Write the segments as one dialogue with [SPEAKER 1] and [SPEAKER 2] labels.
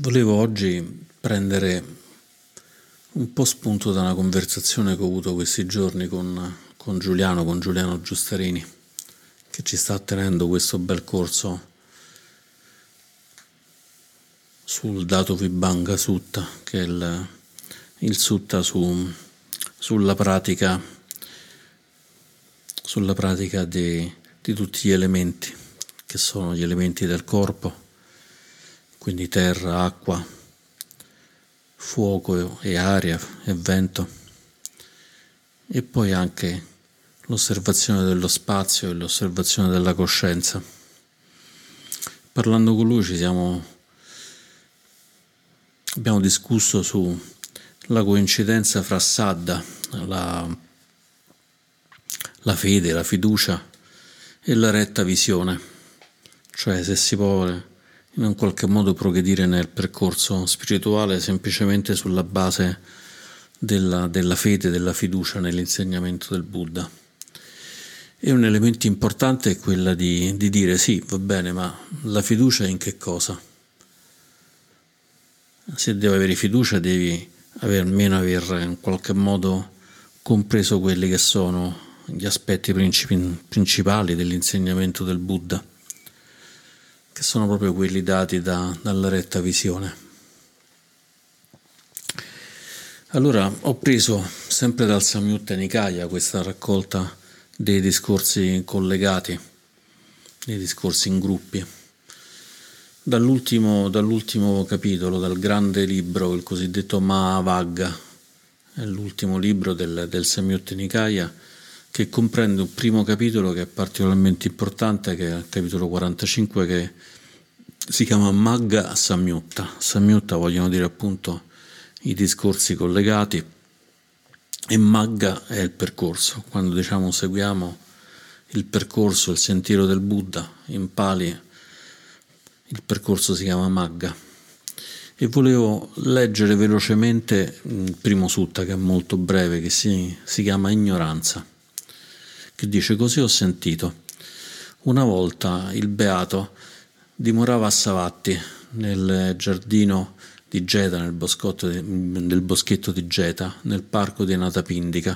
[SPEAKER 1] Volevo oggi prendere un po' spunto da una conversazione che ho avuto questi giorni con Giuliano Giustarini, che ci sta tenendo questo bel corso sul dato Vibhanga Sutta, che è il sutta sulla pratica di tutti gli elementi, che sono gli elementi del corpo, quindi terra, acqua, fuoco e aria e vento, e poi anche l'osservazione dello spazio e l'osservazione della coscienza. Parlando con lui abbiamo discusso sulla coincidenza fra saddha, la fede, la fiducia e la retta visione, cioè se si può in un qualche modo progredire nel percorso spirituale semplicemente sulla base della fede, della fiducia nell'insegnamento del Buddha. E un elemento importante è quella di dire sì, va bene, ma la fiducia in che cosa? Se devi avere fiducia devi almeno aver in qualche modo compreso quelli che sono gli aspetti principali dell'insegnamento del Buddha, che sono proprio quelli dati dalla retta visione. Allora ho preso sempre dal Samyutta Nikaya questa raccolta dei discorsi collegati, dei discorsi in gruppi, dall'ultimo capitolo, dal grande libro, il cosiddetto Mahavagga, è l'ultimo libro del Samyutta Nikaya, che comprende un primo capitolo che è particolarmente importante, che è il capitolo 45, che si chiama Magga Samyutta. Samyutta vogliono dire appunto i discorsi collegati, e Magga è il percorso. Quando diciamo seguiamo il percorso, il sentiero del Buddha, in Pali il percorso si chiama Magga. E volevo leggere velocemente il primo sutta, che è molto breve, che si chiama Ignoranza, che dice: così ho sentito. Una volta il beato dimorava a Savatthi, nel giardino di Geta, nel boschetto di Geta, nel parco di Anathapindika.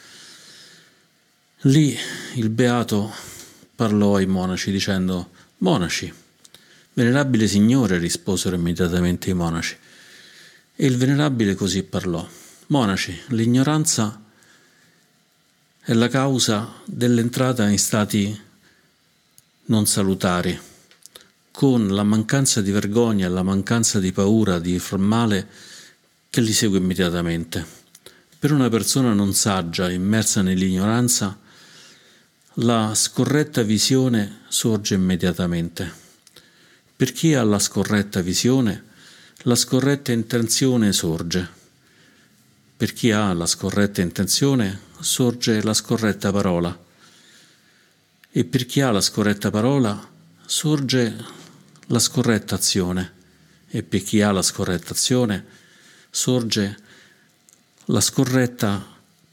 [SPEAKER 1] Lì il beato parlò ai monaci dicendo: monaci, venerabile signore, risposero immediatamente i monaci. E il venerabile così parlò: monaci, l'ignoranza è la causa dell'entrata in stati non salutari, con la mancanza di vergogna e la mancanza di paura di far male che li segue immediatamente. Per una persona non saggia, immersa nell'ignoranza, la scorretta visione sorge immediatamente. Per chi ha la scorretta visione, la scorretta intenzione sorge. Per chi ha la scorretta intenzione, sorge la scorretta parola. E per chi ha la scorretta parola, sorge la scorretta azione. E per chi ha la scorretta azione, sorge la scorretta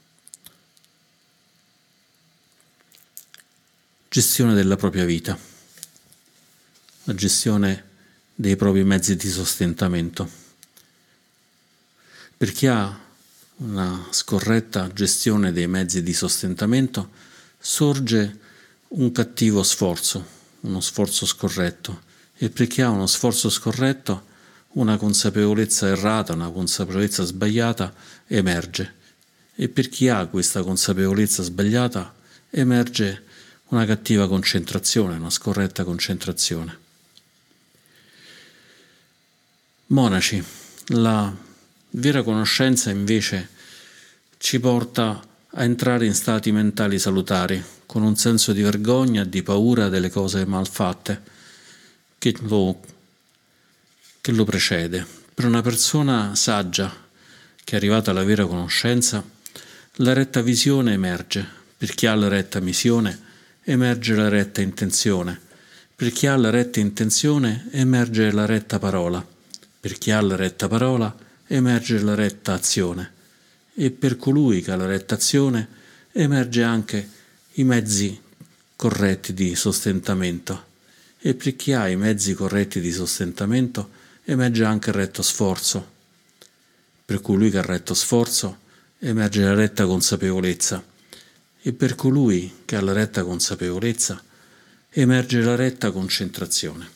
[SPEAKER 1] gestione della propria vita, la gestione dei propri mezzi di sostentamento. Per chi ha una scorretta gestione dei mezzi di sostentamento, sorge un cattivo sforzo, uno sforzo scorretto, e per chi ha uno sforzo scorretto, una consapevolezza errata, una consapevolezza sbagliata emerge, e per chi ha questa consapevolezza sbagliata emerge una cattiva concentrazione, una scorretta concentrazione. Monaci, la vera conoscenza invece ci porta a entrare in stati mentali salutari, con un senso di vergogna e di paura delle cose mal fatte che lo precede. Per una persona saggia che è arrivata alla vera conoscenza, la retta visione emerge. Per chi ha la retta visione emerge la retta intenzione. Per chi ha la retta intenzione emerge la retta parola. Per chi ha la retta parola emerge la retta azione. E per colui che ha la retta azione emerge anche i mezzi corretti di sostentamento. E per chi ha i mezzi corretti di sostentamento emerge anche il retto sforzo, per colui che ha retto sforzo emerge la retta consapevolezza, e per colui che ha la retta consapevolezza emerge la retta concentrazione.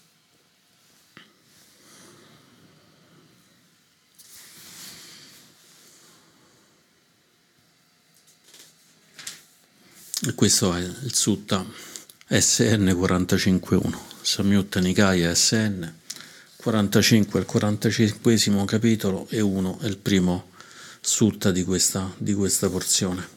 [SPEAKER 1] E questo è il Sutta SN 45.1, Samyutta Nikaya SN 45, il 45esimo capitolo, e 1 è il primo Sutta di questa porzione.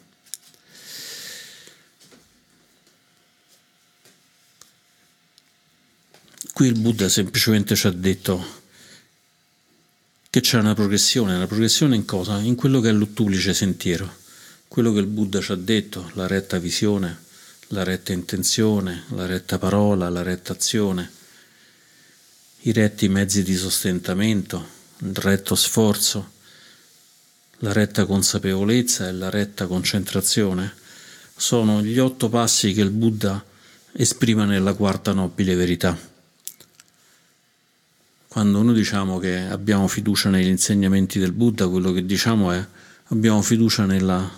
[SPEAKER 1] Qui il Buddha semplicemente ci ha detto che c'è una progressione in cosa? In quello che è l'ottuplice sentiero. Quello che il Buddha ci ha detto, la retta visione, la retta intenzione, la retta parola, la retta azione, i retti mezzi di sostentamento, il retto sforzo, la retta consapevolezza e la retta concentrazione, sono gli 8 passi che il Buddha esprime nella quarta nobile verità. Quando noi diciamo che abbiamo fiducia negli insegnamenti del Buddha, quello che diciamo è abbiamo fiducia nella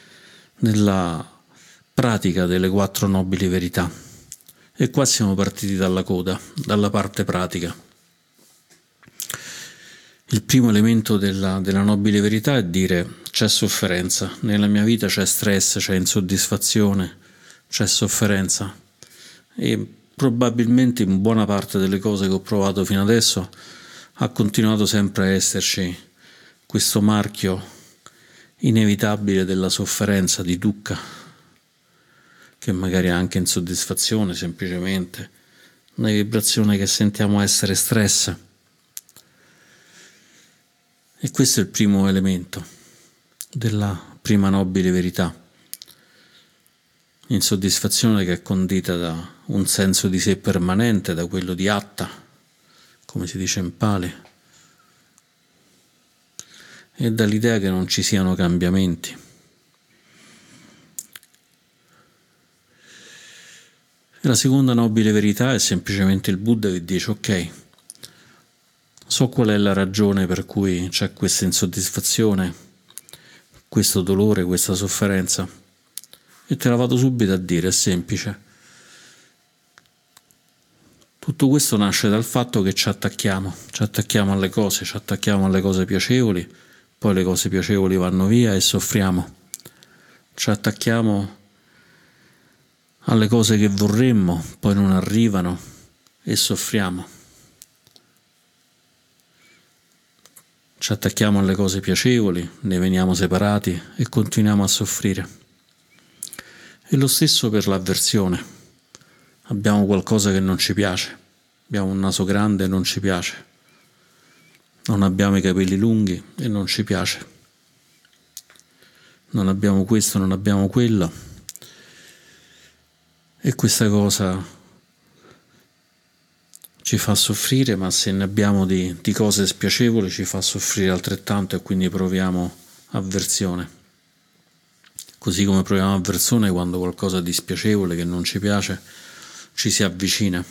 [SPEAKER 1] pratica delle 4 nobili verità. E qua siamo partiti dalla coda, dalla parte pratica. Il primo elemento della nobile verità è dire: c'è sofferenza, nella mia vita c'è stress, c'è insoddisfazione, c'è sofferenza, e probabilmente in buona parte delle cose che ho provato fino adesso ha continuato sempre a esserci questo marchio inevitabile della sofferenza, di dukkha, che magari è anche insoddisfazione, semplicemente una vibrazione che sentiamo essere stress. E questo è il primo elemento della prima nobile verità. Insoddisfazione che è condita da un senso di sé permanente, da quello di atta, come si dice in Pali, e dall'idea che non ci siano cambiamenti. E la seconda nobile verità è semplicemente il Buddha che dice: ok, so qual è la ragione per cui c'è questa insoddisfazione, questo dolore, questa sofferenza, e te la vado subito a dire, è semplice. Tutto questo nasce dal fatto che ci attacchiamo alle cose piacevoli, poi le cose piacevoli vanno via e soffriamo. Ci attacchiamo alle cose che vorremmo, poi non arrivano e soffriamo. Ci attacchiamo alle cose piacevoli, ne veniamo separati e continuiamo a soffrire. E lo stesso per l'avversione. Abbiamo qualcosa che non ci piace, abbiamo un naso grande e non ci piace, non abbiamo i capelli lunghi e non ci piace, non abbiamo questo, non abbiamo quello, e questa cosa ci fa soffrire, ma se ne abbiamo di cose spiacevoli ci fa soffrire altrettanto, e quindi proviamo avversione. Così come proviamo avversione quando qualcosa di spiacevole che non ci piace ci si avvicina.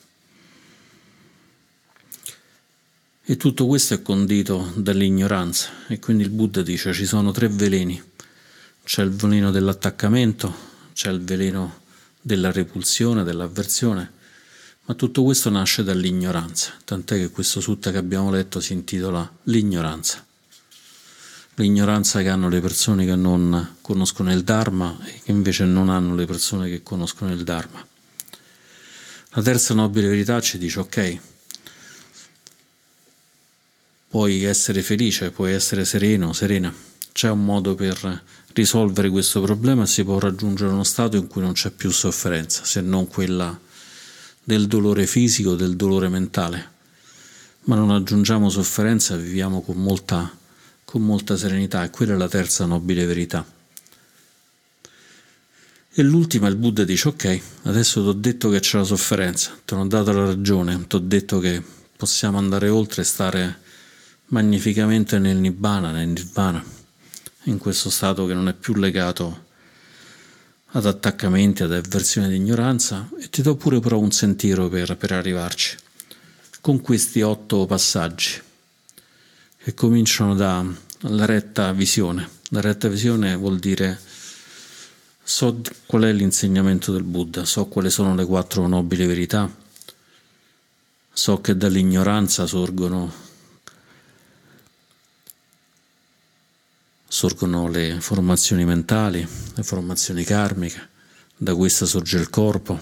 [SPEAKER 1] E tutto questo è condito dall'ignoranza, e quindi il Buddha dice: ci sono 3 veleni. C'è il veleno dell'attaccamento, c'è il veleno della repulsione, dell'avversione, ma tutto questo nasce dall'ignoranza, tant'è che questo sutta che abbiamo letto si intitola L'ignoranza. L'ignoranza che hanno le persone che non conoscono il Dharma e che invece non hanno le persone che conoscono il Dharma. La terza nobile verità ci dice: ok, puoi essere felice, puoi essere sereno, serena, c'è un modo per risolvere questo problema e si può raggiungere uno stato in cui non c'è più sofferenza, se non quella del dolore fisico, del dolore mentale, ma non aggiungiamo sofferenza, viviamo con molta serenità, e quella è la terza nobile verità. E l'ultima, il Buddha dice: ok, adesso ti ho detto che c'è la sofferenza, ti ho dato la ragione, ti ho detto che possiamo andare oltre e stare magnificamente nel nirvana, in questo stato che non è più legato ad attaccamenti, ad avversione di ignoranza, e ti do pure però un sentiero per arrivarci. con questi 8 passaggi che cominciano dalla retta visione. La retta visione vuol dire: so qual è l'insegnamento del Buddha, so quali sono le 4 nobili verità, so che dall'ignoranza sorgono le formazioni mentali, le formazioni karmiche, da questa sorge il corpo,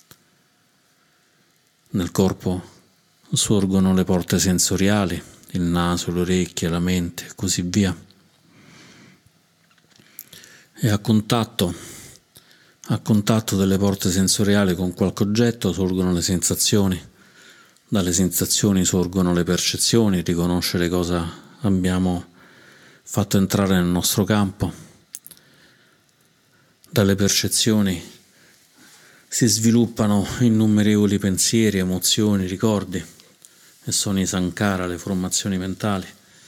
[SPEAKER 1] nel corpo sorgono le porte sensoriali, il naso, le orecchie, la mente e così via. E a contatto delle porte sensoriali con qualche oggetto sorgono le sensazioni, dalle sensazioni sorgono le percezioni, riconoscere cosa abbiamo fatto entrare nel nostro campo. Dalle percezioni si sviluppano innumerevoli pensieri, emozioni, ricordi, e sono i sankhara, le formazioni mentali.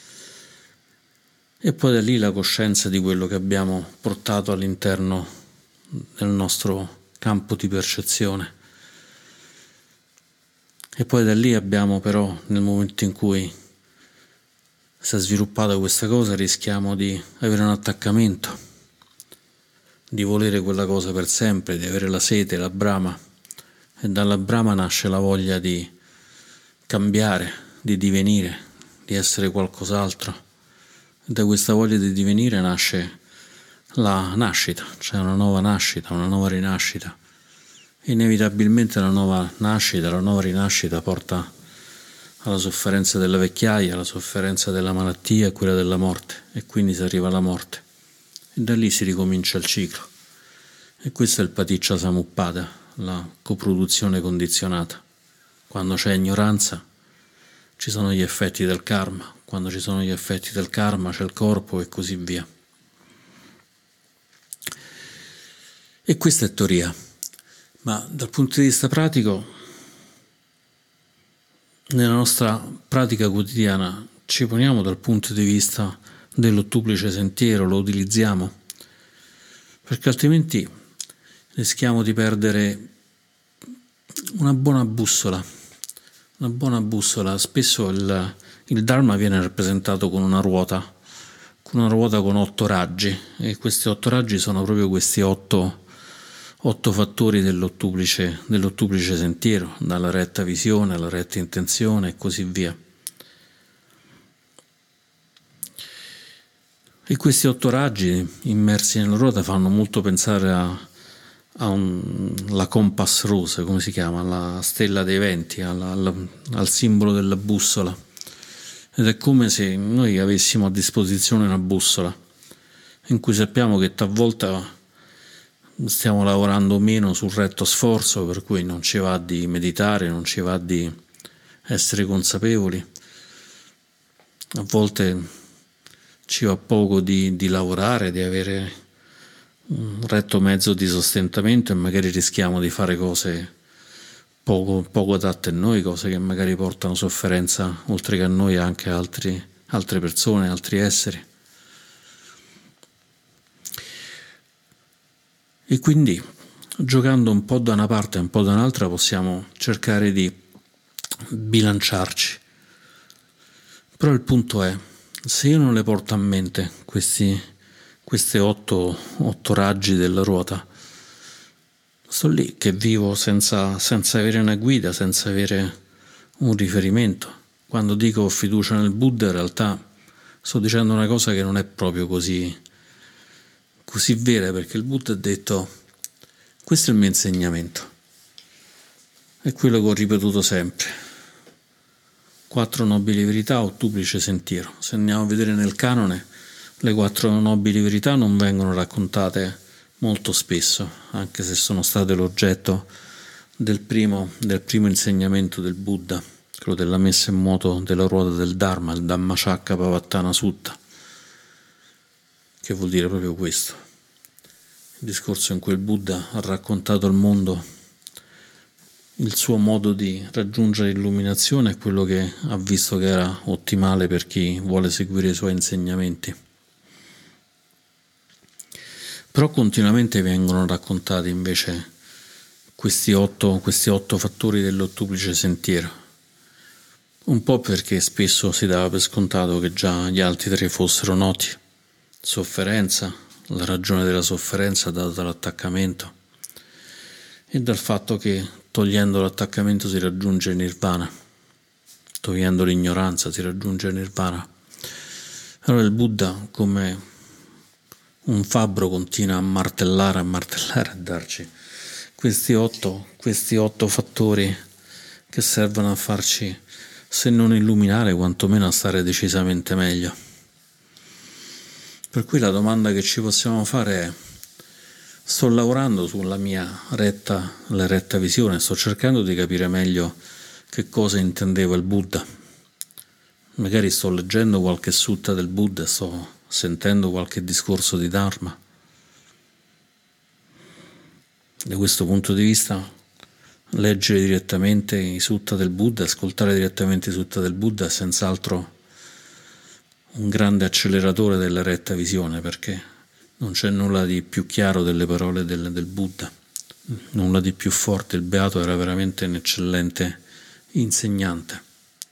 [SPEAKER 1] E poi da lì la coscienza di quello che abbiamo portato all'interno del nostro campo di percezione. E poi da lì abbiamo però, nel momento in cui si è sviluppata questa cosa, rischiamo di avere un attaccamento, di volere quella cosa per sempre, di avere la sete, la brama, e dalla brama nasce la voglia di cambiare, di divenire, di essere qualcos'altro. Da questa voglia di divenire nasce la nascita, cioè una nuova nascita, una nuova rinascita. Inevitabilmente la nuova nascita, la nuova rinascita porta alla sofferenza della vecchiaia, alla sofferenza della malattia e quella della morte, e quindi si arriva alla morte. E da lì si ricomincia il ciclo. E questo è il paticca samuppada, la coproduzione condizionata. Quando c'è ignoranza ci sono gli effetti del karma, quando ci sono gli effetti del karma c'è il corpo e così via. E questa è teoria, ma dal punto di vista pratico, nella nostra pratica quotidiana ci poniamo dal punto di vista dell'ottuplice sentiero, lo utilizziamo, perché altrimenti rischiamo di perdere una buona bussola. Spesso il Dharma viene rappresentato con una ruota con 8 raggi, e questi 8 raggi sono proprio questi 8 fattori dell'ottuplice sentiero, dalla retta visione alla retta intenzione e così via. E questi 8 raggi immersi nella ruota fanno molto pensare la compass rose, come si chiama, la stella dei venti, al simbolo della bussola. Ed è come se noi avessimo a disposizione una bussola in cui sappiamo che talvolta stiamo lavorando meno sul retto sforzo, per cui non ci va di meditare, non ci va di essere consapevoli. A volte ci va poco di lavorare, di avere un retto mezzo di sostentamento, e magari rischiamo di fare cose poco adatte a noi, cose che magari portano sofferenza oltre che a noi anche a altre persone, altri esseri. E quindi, giocando un po' da una parte e un po' da un'altra, possiamo cercare di bilanciarci. Però il punto è, se io non le porto a mente queste 8 raggi della ruota, sto lì che vivo senza avere una guida, senza avere un riferimento. Quando dico ho fiducia nel Buddha, in realtà sto dicendo una cosa che non è proprio così vera, perché il Buddha ha detto: questo è il mio insegnamento, è quello che ho ripetuto sempre, 4 nobili verità, ottuplice sentiero. Se andiamo a vedere nel canone, le 4 nobili verità non vengono raccontate molto spesso, anche se sono state l'oggetto del primo insegnamento del Buddha, quello della messa in moto della ruota del Dharma, il Dhammacakkappavattana Sutta, che vuol dire proprio questo. Il discorso in cui il Buddha ha raccontato al mondo il suo modo di raggiungere l'illuminazione è quello che ha visto che era ottimale per chi vuole seguire i suoi insegnamenti. Però continuamente vengono raccontati invece questi otto fattori dell'ottuplice sentiero. un po' perché spesso si dava per scontato che già gli altri tre fossero noti. Sofferenza, la ragione della sofferenza data dall'attaccamento, e dal fatto che togliendo l'attaccamento si raggiunge il nirvana, togliendo l'ignoranza si raggiunge il nirvana. Allora il Buddha, come un fabbro, continua a martellare, a darci questi otto fattori che servono a farci, se non illuminare, quantomeno a stare decisamente meglio. Per cui la domanda che ci possiamo fare è: sto lavorando sulla mia retta visione, sto cercando di capire meglio che cosa intendeva il Buddha. Magari sto leggendo qualche sutta del Buddha, sto sentendo qualche discorso di Dharma. Da questo punto di vista, leggere direttamente i sutta del Buddha, ascoltare direttamente i sutta del Buddha è senz'altro un grande acceleratore della retta visione, perché non c'è nulla di più chiaro delle parole del Buddha, nulla di più forte. Il Beato era veramente un eccellente insegnante.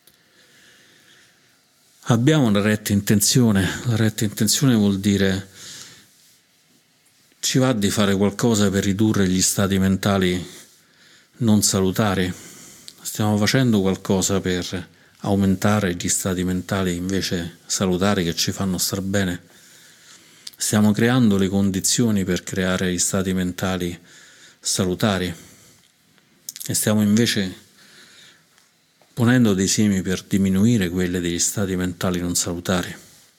[SPEAKER 1] Abbiamo una retta intenzione. La retta intenzione vuol dire: ci va di fare qualcosa per ridurre gli stati mentali non salutari? Stiamo facendo qualcosa per aumentare gli stati mentali invece salutari che ci fanno star bene? Stiamo creando le condizioni per creare gli stati mentali salutari e stiamo invece ponendo dei semi per diminuire quelli degli stati mentali non salutari.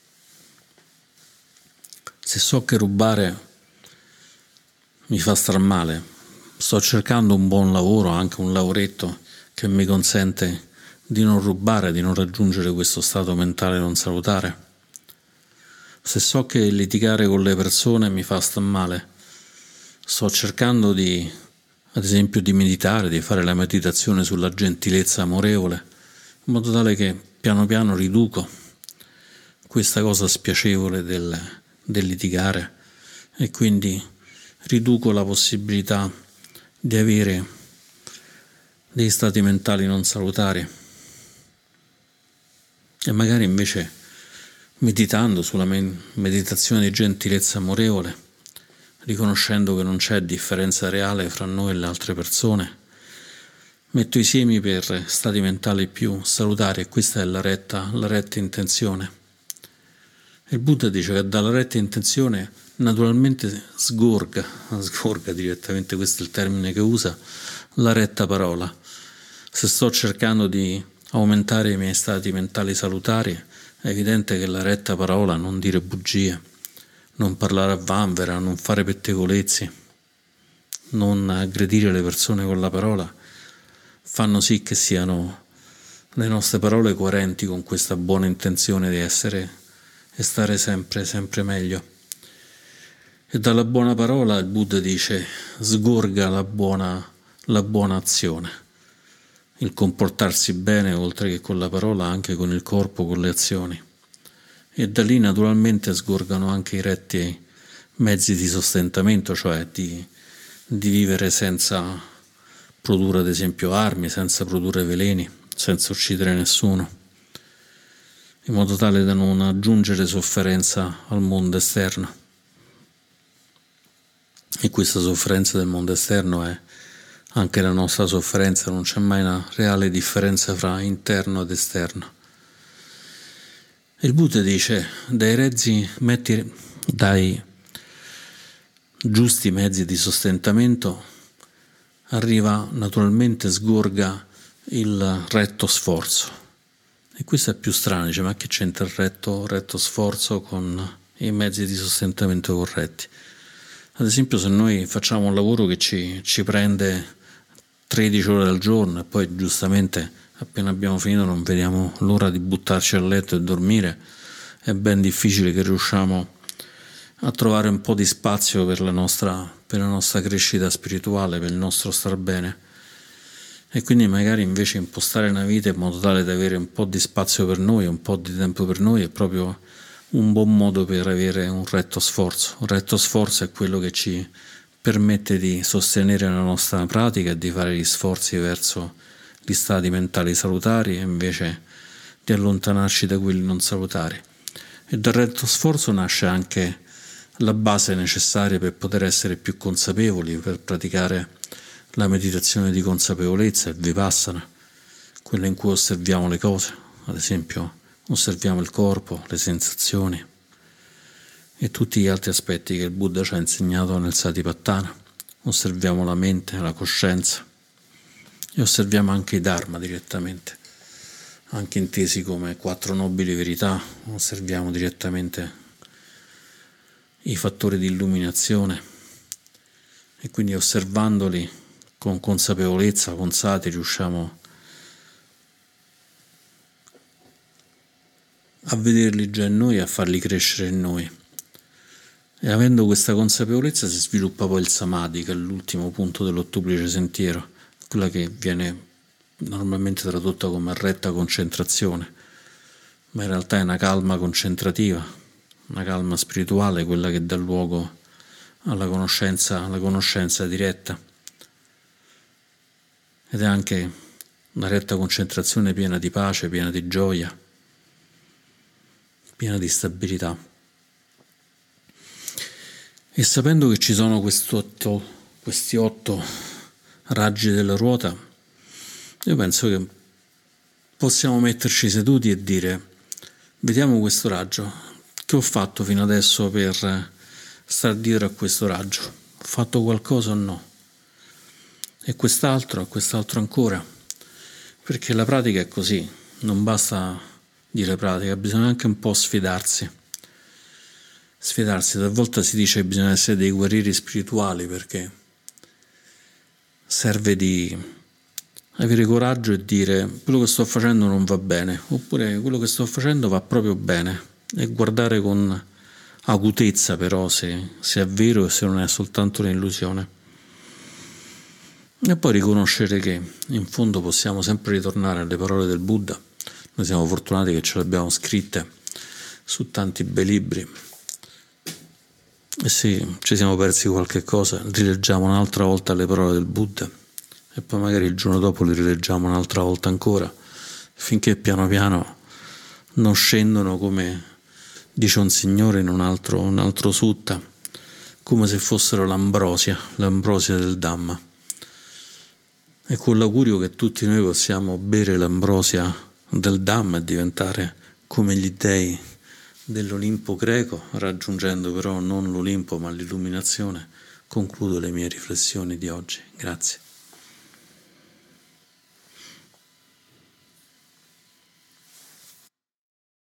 [SPEAKER 1] Se so che rubare mi fa star male, sto cercando un buon lavoro, anche un lavoretto che mi consente di non rubare, di non raggiungere questo stato mentale non salutare. Se so che litigare con le persone mi fa star male, sto cercando ad esempio di meditare, di fare la meditazione sulla gentilezza amorevole, in modo tale che piano piano riduco questa cosa spiacevole del litigare e quindi riduco la possibilità di avere dei stati mentali non salutari. E magari invece, meditando sulla meditazione di gentilezza amorevole, riconoscendo che non c'è differenza reale fra noi e le altre persone, metto i semi per stati mentali più salutari, e questa è la retta intenzione. Il Buddha dice che dalla retta intenzione naturalmente sgorga direttamente, questo è il termine che usa, la retta parola. Se sto cercando di aumentare i miei stati mentali salutari, è evidente che la retta parola, non dire bugie, non parlare a vanvera, non fare pettegolezzi, non aggredire le persone con la parola, fanno sì che siano le nostre parole coerenti con questa buona intenzione di essere e stare sempre meglio. E dalla buona parola il Buddha dice: sgorga la buona azione, il comportarsi bene oltre che con la parola, anche con il corpo, con le azioni. E da lì naturalmente sgorgano anche i retti mezzi di sostentamento, cioè di vivere senza produrre ad esempio armi, senza produrre veleni, senza uccidere nessuno, in modo tale da non aggiungere sofferenza al mondo esterno. E questa sofferenza del mondo esterno è anche la nostra sofferenza, non c'è mai una reale differenza fra interno ed esterno. Il Buddha dice: dai giusti mezzi di sostentamento arriva naturalmente, sgorga il retto sforzo. E questo è più strano, dice: ma che c'entra il retto sforzo con i mezzi di sostentamento corretti? Ad esempio, se noi facciamo un lavoro che ci prende 13 ore al giorno e poi giustamente appena abbiamo finito non vediamo l'ora di buttarci a letto e dormire, è ben difficile che riusciamo a trovare un po' di spazio per la nostra crescita spirituale, per il nostro star bene. E quindi magari invece impostare una vita in modo tale da avere un po' di spazio per noi, un po' di tempo per noi, è proprio un buon modo per avere un retto sforzo. Un retto sforzo è quello che ci permette di sostenere la nostra pratica e di fare gli sforzi verso gli stati mentali salutari e invece di allontanarci da quelli non salutari. E dal retto sforzo nasce anche la base necessaria per poter essere più consapevoli, per praticare la meditazione di consapevolezza, il vipassana, quella in cui osserviamo le cose, ad esempio osserviamo il corpo, le sensazioni e tutti gli altri aspetti che il Buddha ci ha insegnato nel Satipatthana. Osserviamo la mente, la coscienza e osserviamo anche i Dharma direttamente, anche intesi come 4 nobili verità. Osserviamo direttamente i fattori di illuminazione e quindi osservandoli con consapevolezza, con sati, riusciamo a vederli già in noi e a farli crescere in noi. E avendo questa consapevolezza si sviluppa poi il samadhi, che è l'ultimo punto dell'ottuplice sentiero, quella che viene normalmente tradotta come retta concentrazione, ma in realtà è una calma concentrativa, una calma spirituale, quella che dà luogo alla conoscenza diretta. Ed è anche una retta concentrazione piena di pace, piena di gioia, piena di stabilità. E sapendo che ci sono questi 8 raggi della ruota, io penso che possiamo metterci seduti e dire: vediamo questo raggio, che ho fatto fino adesso per stare dietro a questo raggio? Ho fatto qualcosa o no? E quest'altro ancora? Perché la pratica è così, non basta dire pratica, bisogna anche un po' sfidarsi, talvolta si dice che bisogna essere dei guerrieri spirituali, perché serve di avere coraggio e dire: quello che sto facendo non va bene, oppure quello che sto facendo va proprio bene, e guardare con acutezza però se è vero e se non è soltanto un'illusione. E poi riconoscere che in fondo possiamo sempre ritornare alle parole del Buddha. Noi siamo fortunati che ce le abbiamo scritte su tanti bei libri, e se ci siamo persi qualche cosa rileggiamo un'altra volta le parole del Buddha e poi magari il giorno dopo le rileggiamo un'altra volta ancora, finché piano piano non scendono, come dice un signore in un altro sutta, come se fossero l'ambrosia del Dhamma. E con l'augurio che tutti noi possiamo bere l'ambrosia del Dhamma e diventare come gli dei dell'Olimpo greco, raggiungendo però non l'Olimpo ma l'illuminazione, concludo le mie riflessioni di oggi. Grazie.